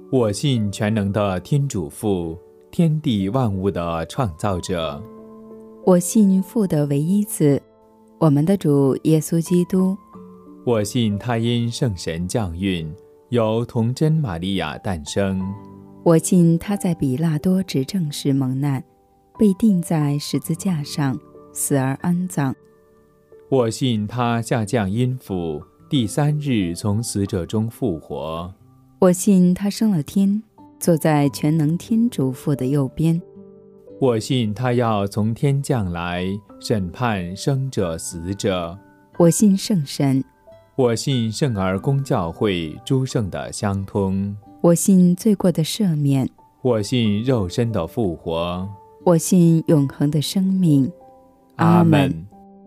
我信全能的天主父，天地万物的创造者。 我信父的唯一子，我们的主耶稣基督。 我信他因圣神降孕，由童真玛利亚诞生。 我信他在比拉多执政时蒙难，被钉在十字架上，死而安葬。 我信他下降阴府，第3日从死者中复活。 我信他升了天，坐在全能天主父的右边。 我信他要从天降来，审判生者死者。 我信圣神。 我信圣而公教会诸圣的相通。 我信罪过的赦免。 我信肉身的复活。 我信永恒的生命。阿们。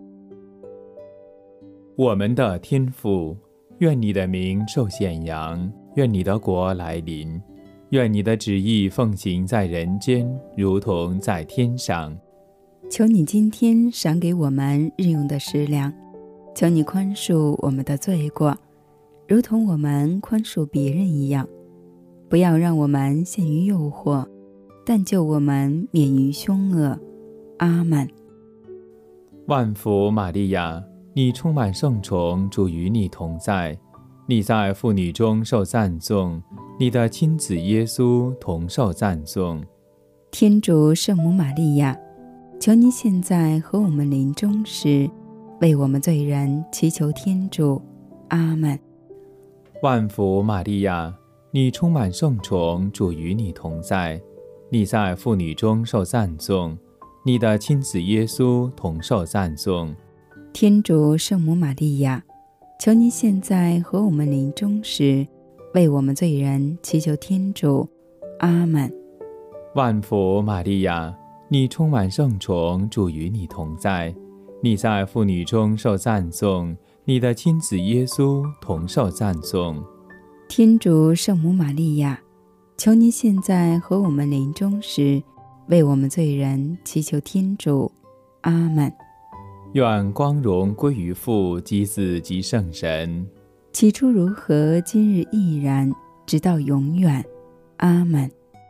我们的天父，愿你的名受显扬，愿你的国来临，愿你的旨意奉行在人间，如同在天上。 求你今天赏给我们日用的食粮，求你宽恕我们的罪过，如同我们宽恕别人一样。不要让我们陷于诱惑，但救我们免于凶恶。阿们。 万福玛利亚，你充满圣宠，主与你同在。你在妇女中受赞颂，你的亲子耶稣同受赞颂。 天主圣母玛利亚，求你现在和我们临终时，为我们罪人祈求天主。阿们。 万福玛利亚，你充满圣宠，主与你同在。你在妇女中受赞颂，你的亲子耶稣同受赞颂。 天主圣母玛利亚，求你现在和我们临终时，为我们罪人祈求天主。阿们。 万福玛利亚，你充满圣宠，主与你同在。你在妇女中受赞颂，你的亲子耶稣同受赞颂。 天主圣母玛利亚，求你现在和我们临终时，为我们罪人祈求天主。阿们。 愿光荣归于父及子及圣神。 起初如何，今日亦然，直到永远。阿们。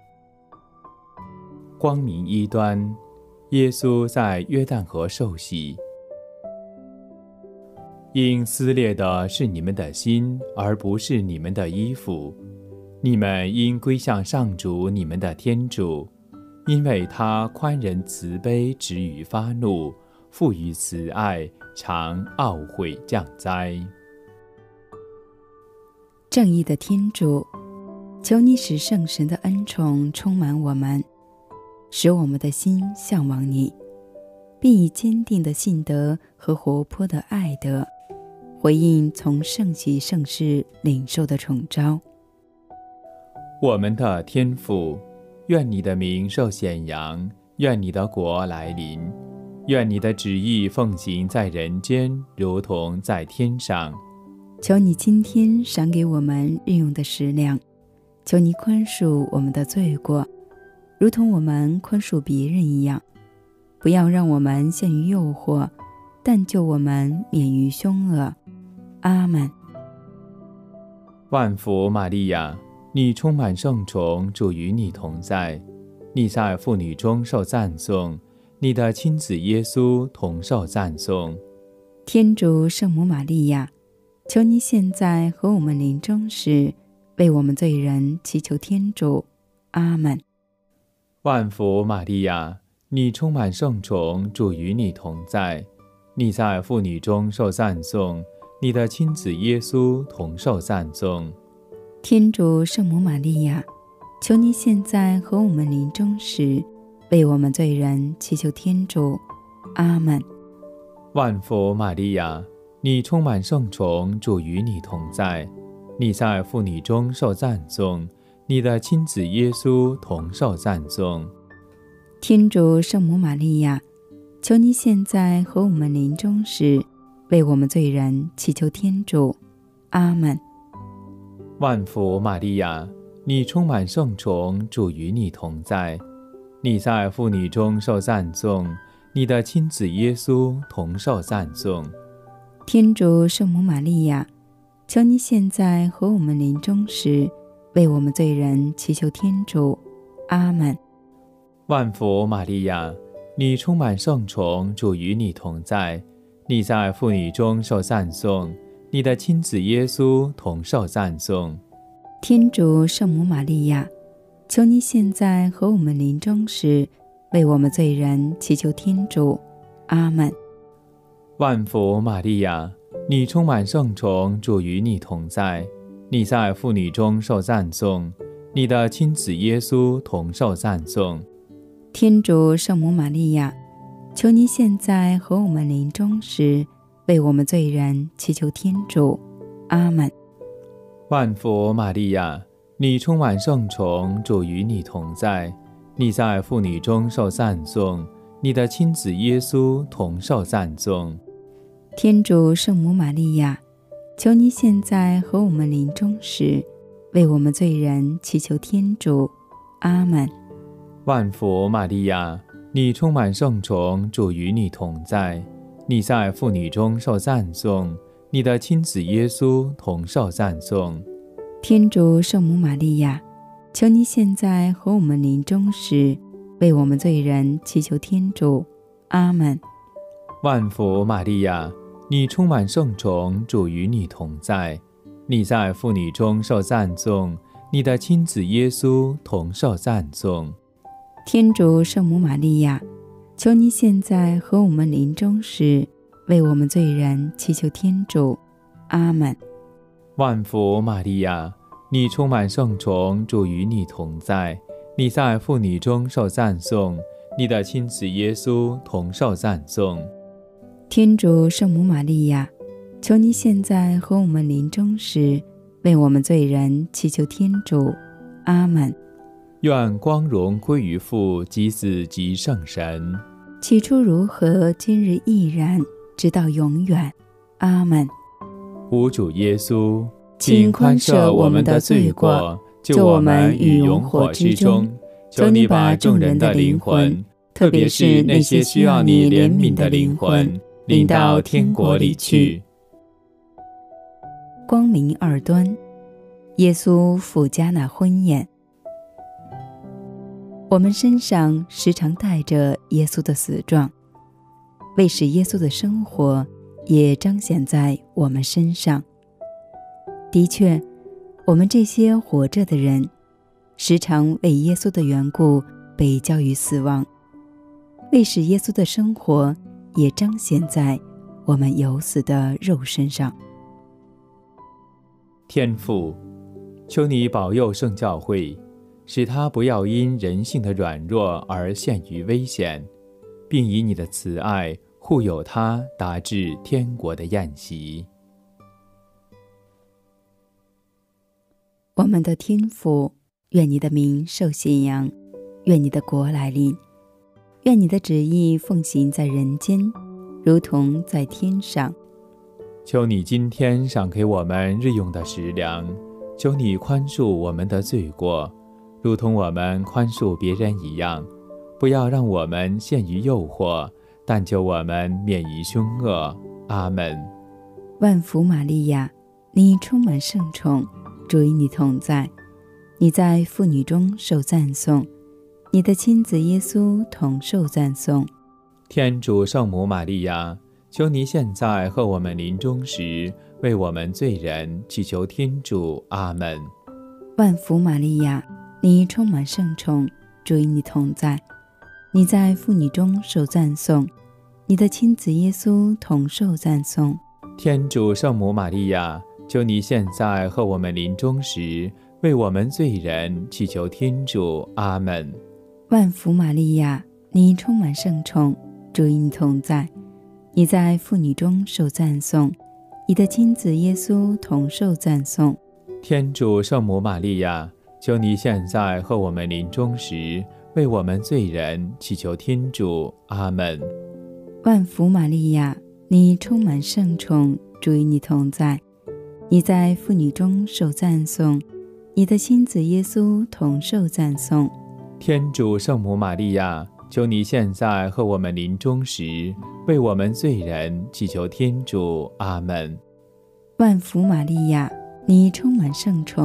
光明一端，耶稣在约旦河受洗。因撕裂的是你们的心，而不是你们的衣服。你们应归向上主你们的天主，因为他宽仁慈悲，止于发怒，富于慈爱，常懊悔降灾。 正义的天主，求你使圣神的恩宠充满我们，使我们的心向往你，并以坚定的信德和活泼的爱德，回应从圣喜圣事领受的宠召。 我们的天父，愿你的名受显扬，愿你的国来临，愿你的旨意奉行在人间，如同在天上。 求你今天赏给我们日用的食粮，求你宽恕我们的罪过，如同我们宽恕别人一样。不要让我们陷于诱惑，但救我们免于凶恶。阿们。 万福玛利亚，你充满圣宠，主与你同在。你在妇女中受赞颂，你的亲子耶稣同受赞颂。 天主圣母玛利亚，求你现在和我们临终时，为我们罪人祈求天主。阿们。 万福玛利亚，你充满圣宠，主与你同在。你在妇女中受赞颂，你的亲子耶稣同受赞颂。 天主圣母玛利亚，求你现在和我们临终时，为我们罪人祈求天主。阿们。 万福玛利亚，你充满圣宠，主与你同在。你在妇女中受赞颂，你的亲子耶稣同受赞颂。 天主圣母玛利亚，求你现在和我们临终时，为我们罪人祈求天主。阿们。 万福玛利亚，你充满圣宠，主与你同在。你在妇女中受赞颂，你的亲子耶稣同受赞颂。 天主圣母玛利亚，求你现在和我们临终时， 为我们罪人祈求天主。阿们。 万福玛利亚，你充满圣宠，主与你同在，你在妇女中受赞颂，你的亲子耶稣同受赞颂。 天主圣母玛利亚，求你现在和我们临终时，为我们罪人祈求天主。阿们。 万福玛利亚，你充满圣宠，主与你同在，你在妇女中受赞颂，你的亲子耶稣同受赞颂。 天主圣母玛利亚，求你现在和我们临终时，为我们罪人祈求天主。阿们。 万福玛利亚，你充满圣宠，主与你同在，你在妇女中受赞颂，你的亲子耶稣同受赞颂。 天主圣母玛利亚，求你现在和我们临终时，为我们罪人祈求天主。阿们。 万福玛利亚，你充满圣宠，主与你同在，你在妇女中受赞颂，你的亲子耶稣同受赞颂。 天主圣母玛利亚，求你现在和我们临终时，为我们罪人祈求天主。阿们。 万福玛利亚，你充满圣宠，主与你同在，你在妇女中受赞颂，你的亲子耶稣同受赞颂。 天主圣母玛利亚，求你现在和我们临终时，为我们罪人祈求天主。阿们。 万福玛利亚，你充满圣宠，主与你同在，你在妇女中受赞颂，你的亲子耶稣同受赞颂。 天主圣母玛利亚，求你现在和我们临终时，为我们罪人祈求天主。阿们。 愿光荣归于父及子及圣神， 起初如何，今日亦然，直到永远。阿们。 吾主耶稣， 请宽赦我们的罪过，救我们于永火之中。求你把众人的灵魂，特别是那些需要你怜悯的灵魂，领到天国里去。光明二端，耶稣赴迦拿婚宴。我们身上时常带着耶稣的死状，为使耶稣的生活也彰显在我们身上。的确，我们这些活着的人，时常为耶稣的缘故被交于死亡，为使耶稣的生活也彰显在我们有死的肉身上。 天父，求你保佑圣教会，使它不要因人性的软弱而陷于危险，并以你的慈爱护佑它达至天国的宴席。 我们的天父，愿你的名受显扬，愿你的国来临，愿你的旨意奉行在人间，如同在天上。 求你今天赏给我们日用的食粮，求你宽恕我们的罪过，如同我们宽恕别人一样，不要让我们陷于诱惑，但救我们免于凶恶。阿们。 万福玛利亚，你充满圣宠，主与你同在，你在妇女中受赞颂，你的亲子耶稣同受赞颂。 天主圣母玛利亚，求你现在和我们临终时，为我们罪人祈求天主。阿们。 万福玛利亚，你充满圣宠，主与你同在，你在妇女中受赞颂，你的亲子耶稣同受赞颂。 天主圣母玛利亚，求你现在和我们临终时，为我们罪人祈求天主。阿们。 万福玛利亚，你充满圣宠，主与你同在，你在妇女中受赞颂，你的亲子耶稣同受赞颂。 天主圣母玛利亚，求你现在和我们临终时，为我们罪人祈求天主。阿们。 万福玛利亚，你充满圣宠，主与你同在，你在妇女中受赞颂，你的亲子耶稣同受赞颂。 天主圣母玛利亚，求你现在和我们临终时，为我们罪人祈求天主。阿们。 万福玛利亚，你充满圣宠，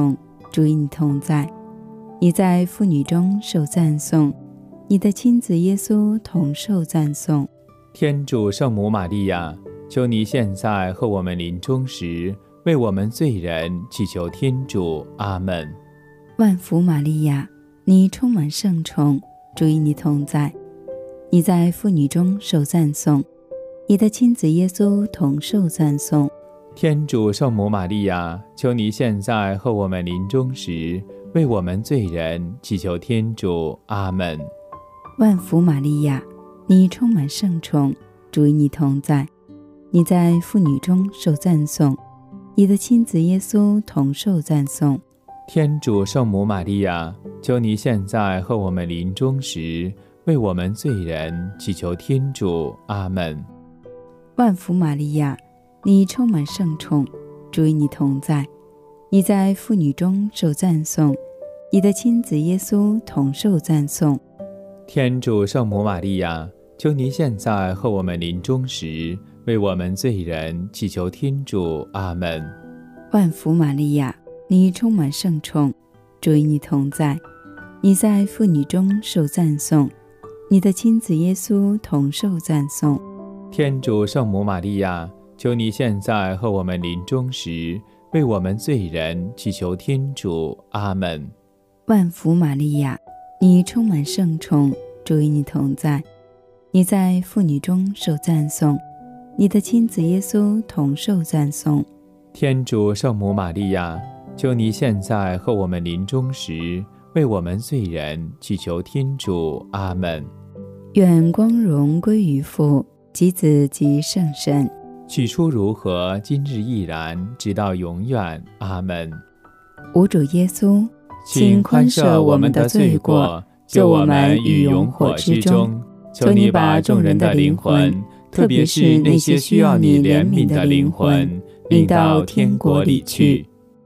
主与你同在，你在妇女中受赞颂，你的亲子耶稣同受赞颂。 天主圣母玛利亚，求你现在和我们临终时，为我们罪人祈求天主。阿们。 万福玛利亚，你充满圣宠，主与你同在，你在妇女中受赞颂，你的亲子耶稣同受赞颂。 天主圣母玛利亚，求你现在和我们临终时，为我们罪人祈求天主。阿们。 万福玛利亚，你充满圣宠，主与你同在，你在妇女中受赞颂，你的亲子耶稣同受赞颂。 天主圣母玛利亚，求你现在和我们临终时，为我们罪人祈求天主。阿们。 万福玛利亚，你充满圣宠，主与你同在，你在妇女中受赞颂，你的亲子耶稣同受赞颂。 天主圣母玛利亚，求你现在和我们临终时，为我们罪人祈求天主。阿们。 万福玛利亚，你充满圣宠，主与你同在，你在妇女中受赞颂，你的亲子耶稣同受赞颂。 天主圣母玛利亚，求你现在和我们临终时，为我们罪人祈求天主。阿们。 万福玛利亚，你充满圣宠，主与你同在，你在妇女中受赞颂，你的亲子耶稣同受赞颂。 天主圣母玛利亚，求你现在和我们临终时，为我们罪人祈求天主。阿们。 愿光荣归于父及子及圣神， 起初如何，今日亦然，直到永远。阿们。 吾主耶稣， 请宽赦我们的罪过，救我们于永火之中。求你把众人的灵魂，特别是那些需要你怜悯的灵魂，领到天国里去。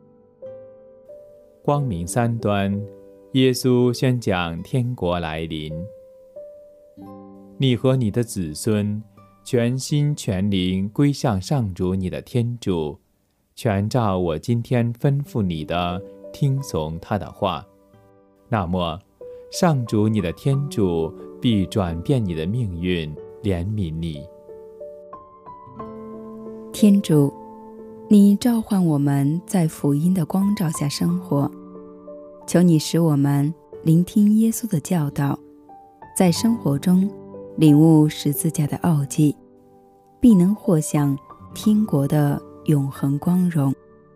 光明三端，耶稣宣讲天国来临。你和你的子孙全心全灵归向上主你的天主，全照我今天吩咐你的，听从他的话。那么，上主你的天主必转变你的命运，怜悯你。 天主，你召唤我们在福音的光照下生活，求你使我们聆听耶稣的教导，在生活中领悟十字架的奥迹，必能获享天国的永恒光荣。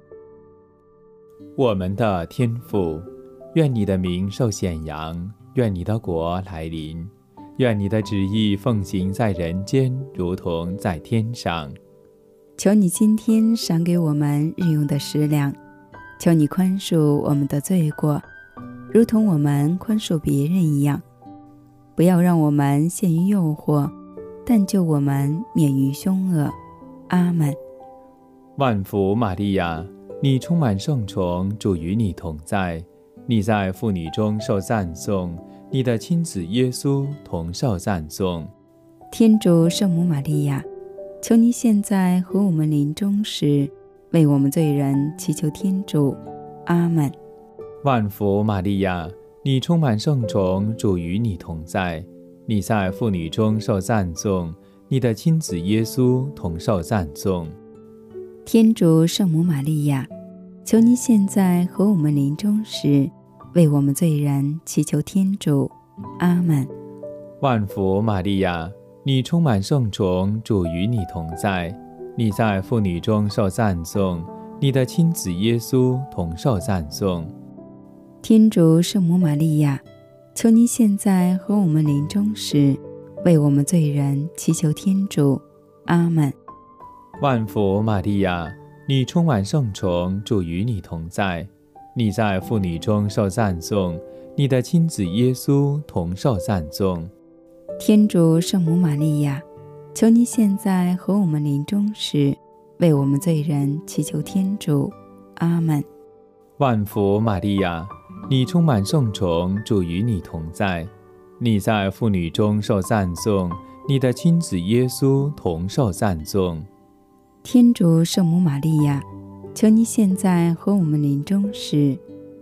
我们的天父，愿你的名受显扬，愿你的国来临，愿你的旨意奉行在人间，如同在天上。 求你今天赏给我们日用的食粮，求你宽恕我们的罪过，如同我们宽恕别人一样。不要让我们陷于诱惑，但救我们免于凶恶。阿们。 万福玛利亚，你充满圣宠，主与你同在，你在妇女中受赞颂，你的亲子耶稣同受赞颂。 天主圣母玛利亚，求你现在和我们临终时，为我们罪人祈求天主。阿们。 万福玛利亚，你充满圣宠，主与你同在，你在妇女中受赞颂，你的亲子耶稣同受赞颂。 天主圣母玛利亚，求你现在和我们临终时，为我们罪人祈求天主。阿们。 万福玛利亚，你充满圣宠，主与你同在，你在妇女中受赞颂，你的亲子耶稣同受赞颂。 天主圣母玛利亚，求你现在和我们临终时，为我们罪人祈求天主。阿们。 万福玛利亚，你充满圣宠，主与你同在，你在妇女中受赞颂，你的亲子耶稣同受赞颂。 天主圣母玛利亚，求你现在和我们临终时，为我们罪人祈求天主。阿们。 万福玛利亚，你充满圣宠，主与你同在，你在妇女中受赞颂，你的亲子耶稣同受赞颂。 天主圣母玛利亚，求你现在和我们临终时，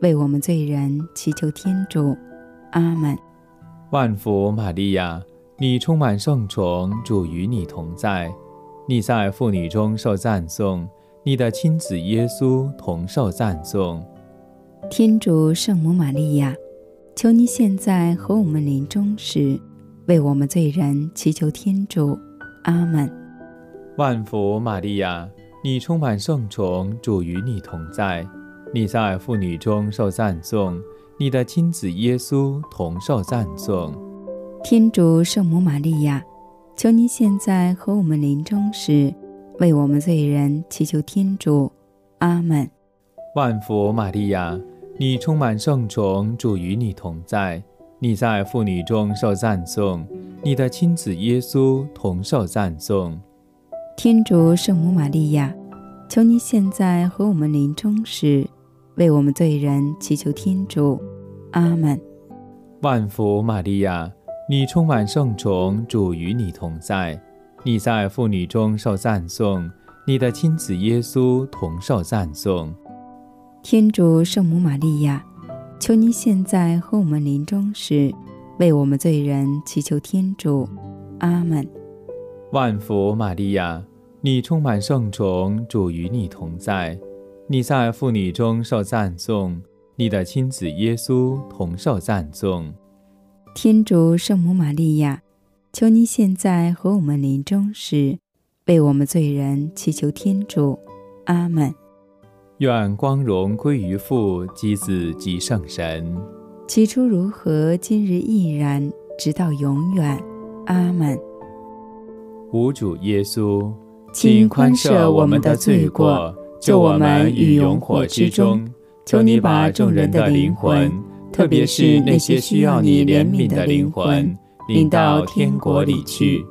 为我们罪人祈求天主。阿们。 万福玛利亚，你充满圣宠，主与你同在，你在妇女中受赞颂，你的亲子耶稣同受赞颂。 天主圣母玛利亚，求你现在和我们临终时，为我们罪人祈求天主。阿们。 万福玛利亚，你充满圣宠，主与你同在，你在妇女中受赞颂，你的亲子耶稣同受赞颂。 天主圣母玛利亚，求你现在和我们临终时，为我们罪人祈求天主。阿们。 万福玛利亚，你充满圣宠，主与你同在，你在妇女中受赞颂，你的亲子耶稣同受赞颂。 天主圣母玛利亚，求你现在和我们临终时，为我们罪人祈求天主。阿们。 万福玛利亚，你充满圣宠，主与你同在，你在妇女中受赞颂，你的亲子耶稣同受赞颂。 天主圣母玛利亚，求你现在和我们临终时，为我们罪人祈求天主。阿们。 万福玛利亚，你充满圣宠，主与你同在，你在妇女中受赞颂，你的亲子耶稣同受赞颂。 天主圣母玛利亚，求你现在和我们临终时，为我们罪人祈求天主。阿们。 愿光荣归于父及子及圣神， 起初如何，今日亦然，直到永远。阿们。 无主耶稣， 请宽赦我们的罪过，救我们于永火之中。求你把众人的灵魂，特别是那些需要你怜悯的灵魂，领到天国里去。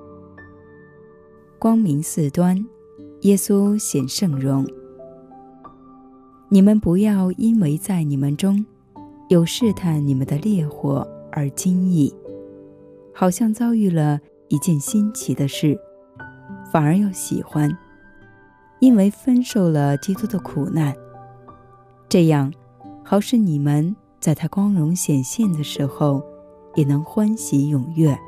光明四端，耶稣显圣容。你们不要因为在你们中有试探你们的烈火而惊异，好像遭遇了一件新奇的事，反而要喜欢，因为分受了基督的苦难，这样好使你们在他光荣显现的时候也能欢喜踊跃。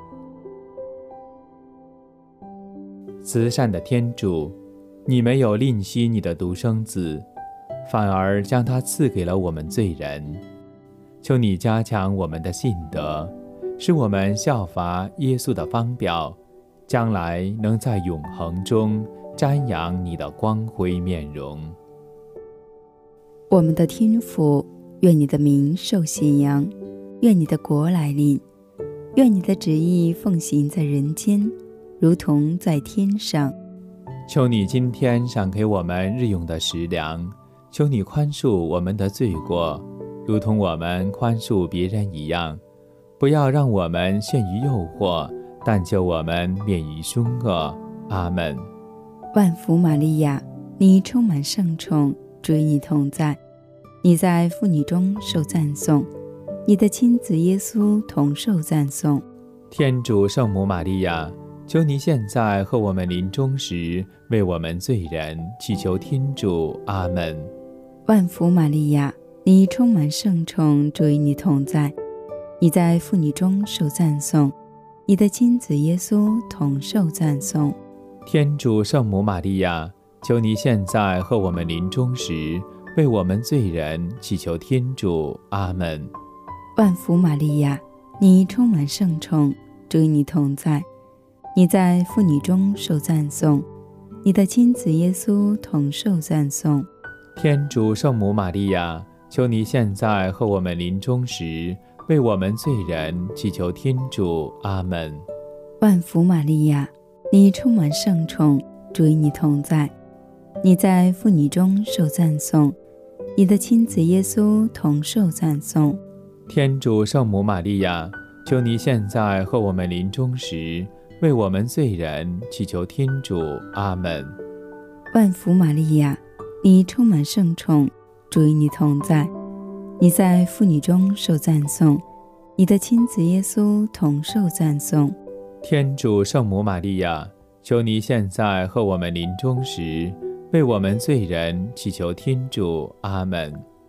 慈善的天主，你没有吝惜你的独生子，反而将他赐给了我们罪人。求你加强我们的信德，使我们效法耶稣的方表，将来能在永恒中瞻仰你的光辉面容。 我们的天父，愿你的名受显扬，愿你的国来临，愿你的旨意奉行在人间，如同在天上。 求你今天赏给我们日用的食粮，求你宽恕我们的罪过，如同我们宽恕别人一样。不要让我们陷于诱惑，但救我们免于凶恶。阿们。 万福玛利亚，你充满圣宠，主与你同在，你在妇女中受赞颂，你的亲子耶稣同受赞颂。 天主圣母玛利亚，求你现在和我们临终时，为我们罪人祈求天主。阿们。 万福玛利亚，你充满圣宠，主与你同在，你在妇女中受赞颂，你的亲子耶稣同受赞颂。 天主圣母玛利亚，求你现在和我们临终时，为我们罪人祈求天主。阿们。 万福玛利亚，你充满圣宠，主与你同在，你在妇女中受赞颂，你的亲子耶稣同受赞颂。 天主圣母玛利亚，求你现在和我们临终时，为我们罪人祈求天主。阿们。 万福玛利亚，你充满圣宠，主与你同在，你在妇女中受赞颂，你的亲子耶稣同受赞颂。 天主圣母玛利亚，求你现在和我们临终时，为我们罪人祈求天主。阿们。 万福玛利亚，你充满圣宠，主与你同在，你在妇女中受赞颂，你的亲子耶稣同受赞颂。 天主圣母玛利亚，求你现在和我们临终时，为我们罪人祈求天主。阿们。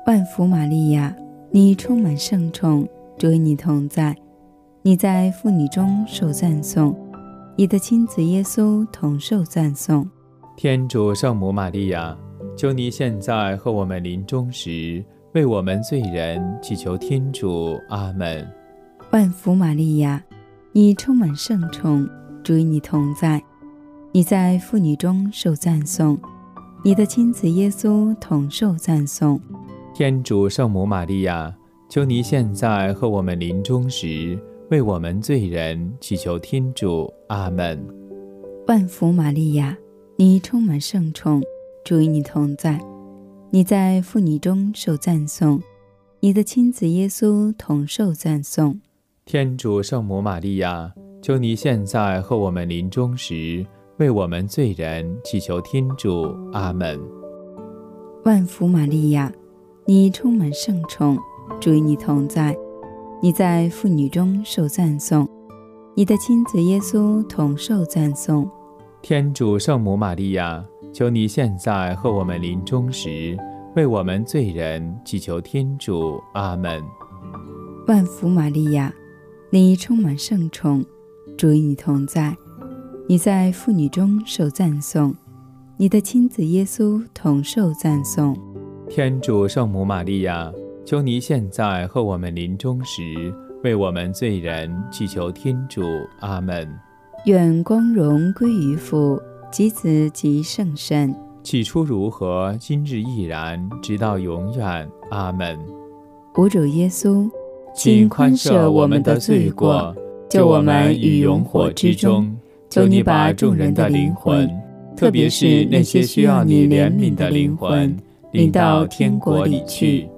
万福玛利亚，你充满圣宠，主与你同在，你在妇女中受赞颂，你的亲子耶稣同受赞颂。 天主圣母玛利亚，求你现在和我们临终时，为我们罪人祈求天主。阿们。 万福玛利亚，你充满圣宠，主与你同在，你在妇女中受赞颂，你的亲子耶稣同受赞颂。 天主圣母玛利亚，求你现在和我们临终时，为我们罪人祈求天主。阿们。 万福玛利亚，你充满圣宠，主与你同在，你在妇女中受赞颂，你的亲子耶稣同受赞颂。 天主圣母玛利亚，求你现在和我们临终时，为我们罪人祈求天主。阿们。 万福玛利亚，你充满圣宠，主与你同在，你在妇女中受赞颂，你的亲子耶稣同受赞颂。 天主圣母玛利亚，求你现在和我们临终时，为我们罪人祈求天主。阿们。 万福玛利亚，你充满圣宠，主与你同在，你在妇女中受赞颂，你的亲子耶稣同受赞颂。 天主圣母玛利亚，求你现在和我们临终时，为我们罪人祈求天主。阿们。 愿光荣归于父及子及圣神， 起初如何，今日亦然，直到永远。阿们。 吾主耶稣， 请宽赦我们的罪过，救我们于永火之中。求你把众人的灵魂，特别是那些需要你怜悯的灵魂，领到天国里去。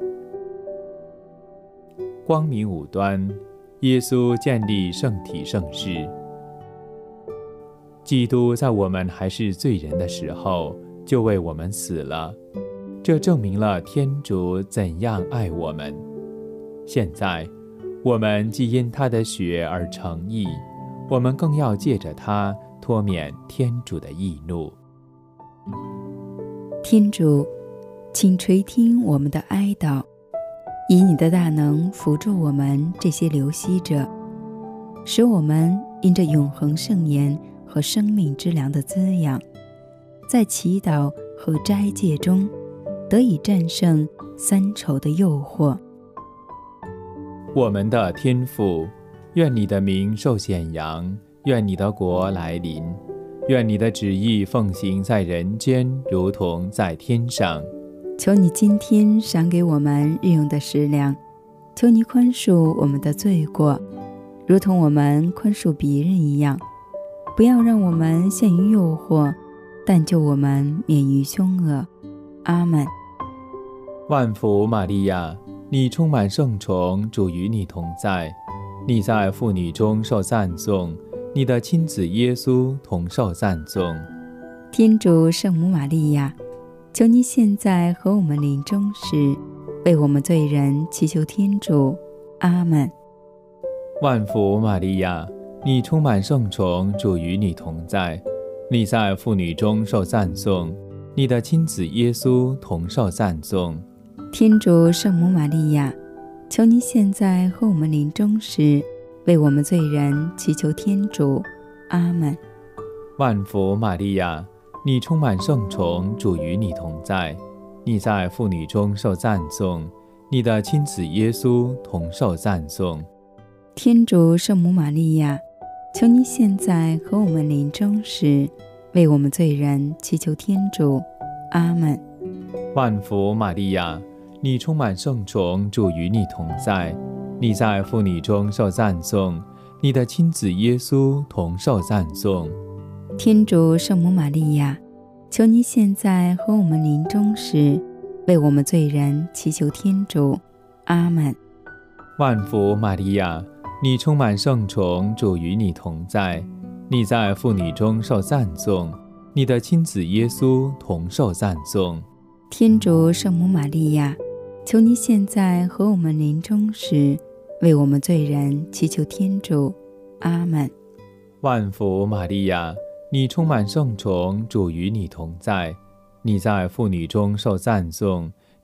光明5端，耶稣建立圣体圣事。基督在我们还是罪人的时候，就为我们死了，这证明了天主怎样爱我们。现在，我们既因他的血而成义，我们更要借着他脱免天主的义怒。 天主，请垂听我们的哀悼，以你的大能扶助我们这些流息者，使我们因着永恒圣言和生命之粮的滋养，在祈祷和斋戒中得以战胜三仇的诱惑。 我们的天父，愿你的名受显扬，愿你的国来临，愿你的旨意奉行在人间，如同在天上。 求你今天赏给我们日用的食粮，求你宽恕我们的罪过，如同我们宽恕别人一样。不要让我们陷于诱惑，但救我们免于凶恶。阿们。 万福玛利亚，你充满圣宠，主与你同在，你在妇女中受赞颂，你的亲子耶稣同受赞颂。 天主圣母玛利亚，求你现在和我们临终时，为我们罪人祈求天主。阿们。 万福玛利亚，你充满圣宠，主与你同在，你在妇女中受赞颂，你的亲子耶稣同受赞颂。 天主圣母玛利亚，求你现在和我们临终时，为我们罪人祈求天主。阿们。 万福玛利亚，你充满圣宠，主与你同在，你在妇女中受赞颂，你的亲子耶稣同受赞颂。 天主圣母玛利亚，求你现在和我们临终时，为我们罪人祈求天主。阿们。 万福玛利亚，你充满圣宠，主与你同在，你在妇女中受赞颂，你的亲子耶稣同受赞颂。 天主圣母玛利亚，求你现在和我们临终时，为我们罪人祈求天主。阿们。 万福玛利亚，你充满圣宠，主与你同在，你在妇女中受赞颂，你的亲子耶稣同受赞颂。 天主圣母玛利亚，求你现在和我们临终时，为我们罪人祈求天主。阿们。 万福玛利亚，你充满圣宠，主与你同在，你在妇女中受赞颂，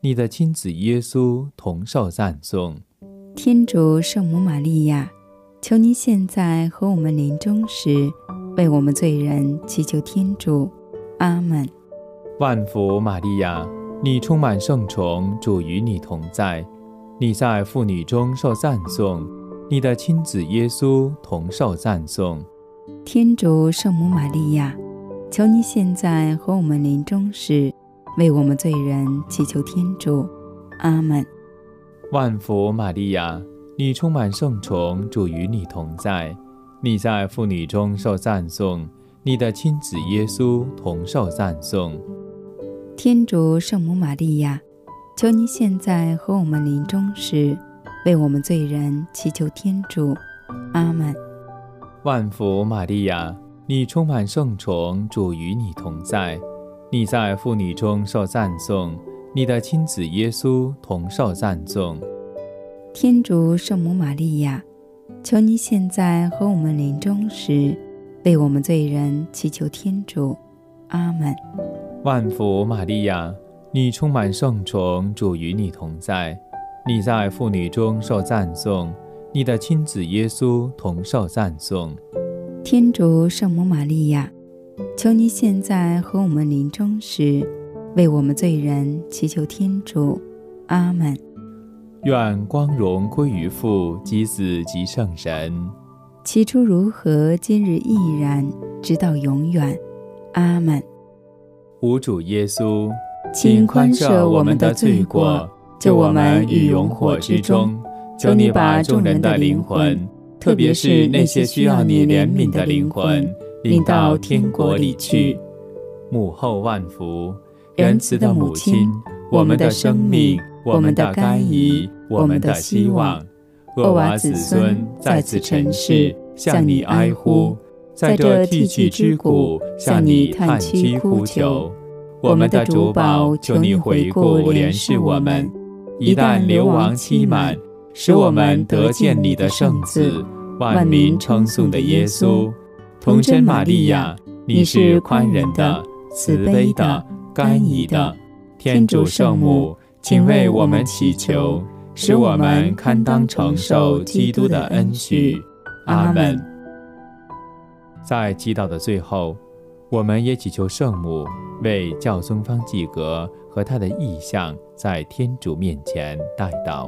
你的亲子耶稣同受赞颂。 天主圣母玛利亚，求你现在和我们临终时，为我们罪人祈求天主。阿们。 万福玛利亚，你充满圣宠，主与你同在，你在妇女中受赞颂，你的亲子耶稣同受赞颂。 天主圣母玛利亚，求你现在和我们临终时，为我们罪人祈求天主。阿们。 万福玛利亚，你充满圣宠，主与你同在，你在妇女中受赞颂，你的亲子耶稣同受赞颂。 天主圣母玛利亚，求你现在和我们临终时，为我们罪人祈求天主。阿们。 万福玛利亚，你充满圣宠，主与你同在，你在妇女中受赞颂，你的亲子耶稣同受赞颂。 天主圣母玛利亚，求你现在和我们临终时，为我们罪人祈求天主。阿们。 万福玛利亚，你充满圣宠，主与你同在，你在妇女中受赞颂，你的亲子耶稣同受赞颂。 天主圣母玛利亚，求你现在和我们临终时，为我们罪人祈求天主。阿们。 愿光荣归于父及子及圣神。 起初如何，今日亦然，直到永远。阿们。 吾主耶稣， 请宽赦我们的罪过，救我们于永火之中。求你把众人的灵魂，特别是那些需要你怜悯的灵魂，领到天国里去。 母后万福，仁慈的母亲，我们的生命，我们的甘饴，我们的希望。厄娃子孙在此尘世向你哀呼，在这涕泣之谷向你叹息哭求。我们的主保，求你回顾怜视我们，一旦流亡期满，使我们得见你的圣子，万民称颂的耶稣。童真玛利亚，你是宽仁的、慈悲的、甘饴的，天主圣母，请为我们祈求，使我们堪当承受基督的恩许。阿们。在祈祷的最后，我们也祈求圣母为教宗方济各和他的意向在天主面前代祷。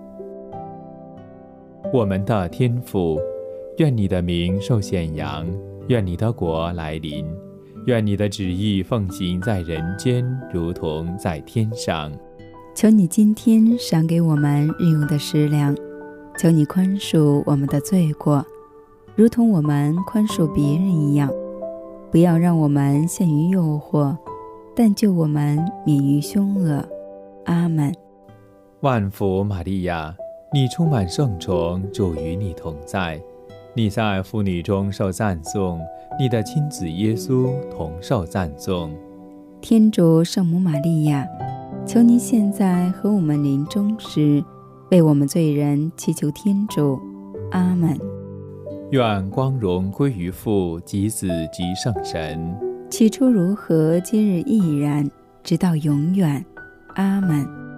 我们的天父，愿你的名受显扬，愿你的国来临，愿你的旨意奉行在人间，如同在天上。 求你今天赏给我们日用的食粮，求你宽恕我们的罪过，如同我们宽恕别人一样。不要让我们陷于诱惑，但救我们免于凶恶。阿们。 万福玛利亚，你充满圣宠，主与你同在，你在妇女中受赞颂，你的亲子耶稣同受赞颂。 天主圣母玛利亚，求你现在和我们临终时，为我们罪人祈求天主。阿们。 愿光荣归于父及子及圣神。 起初如何，今日亦然，直到永远。阿们。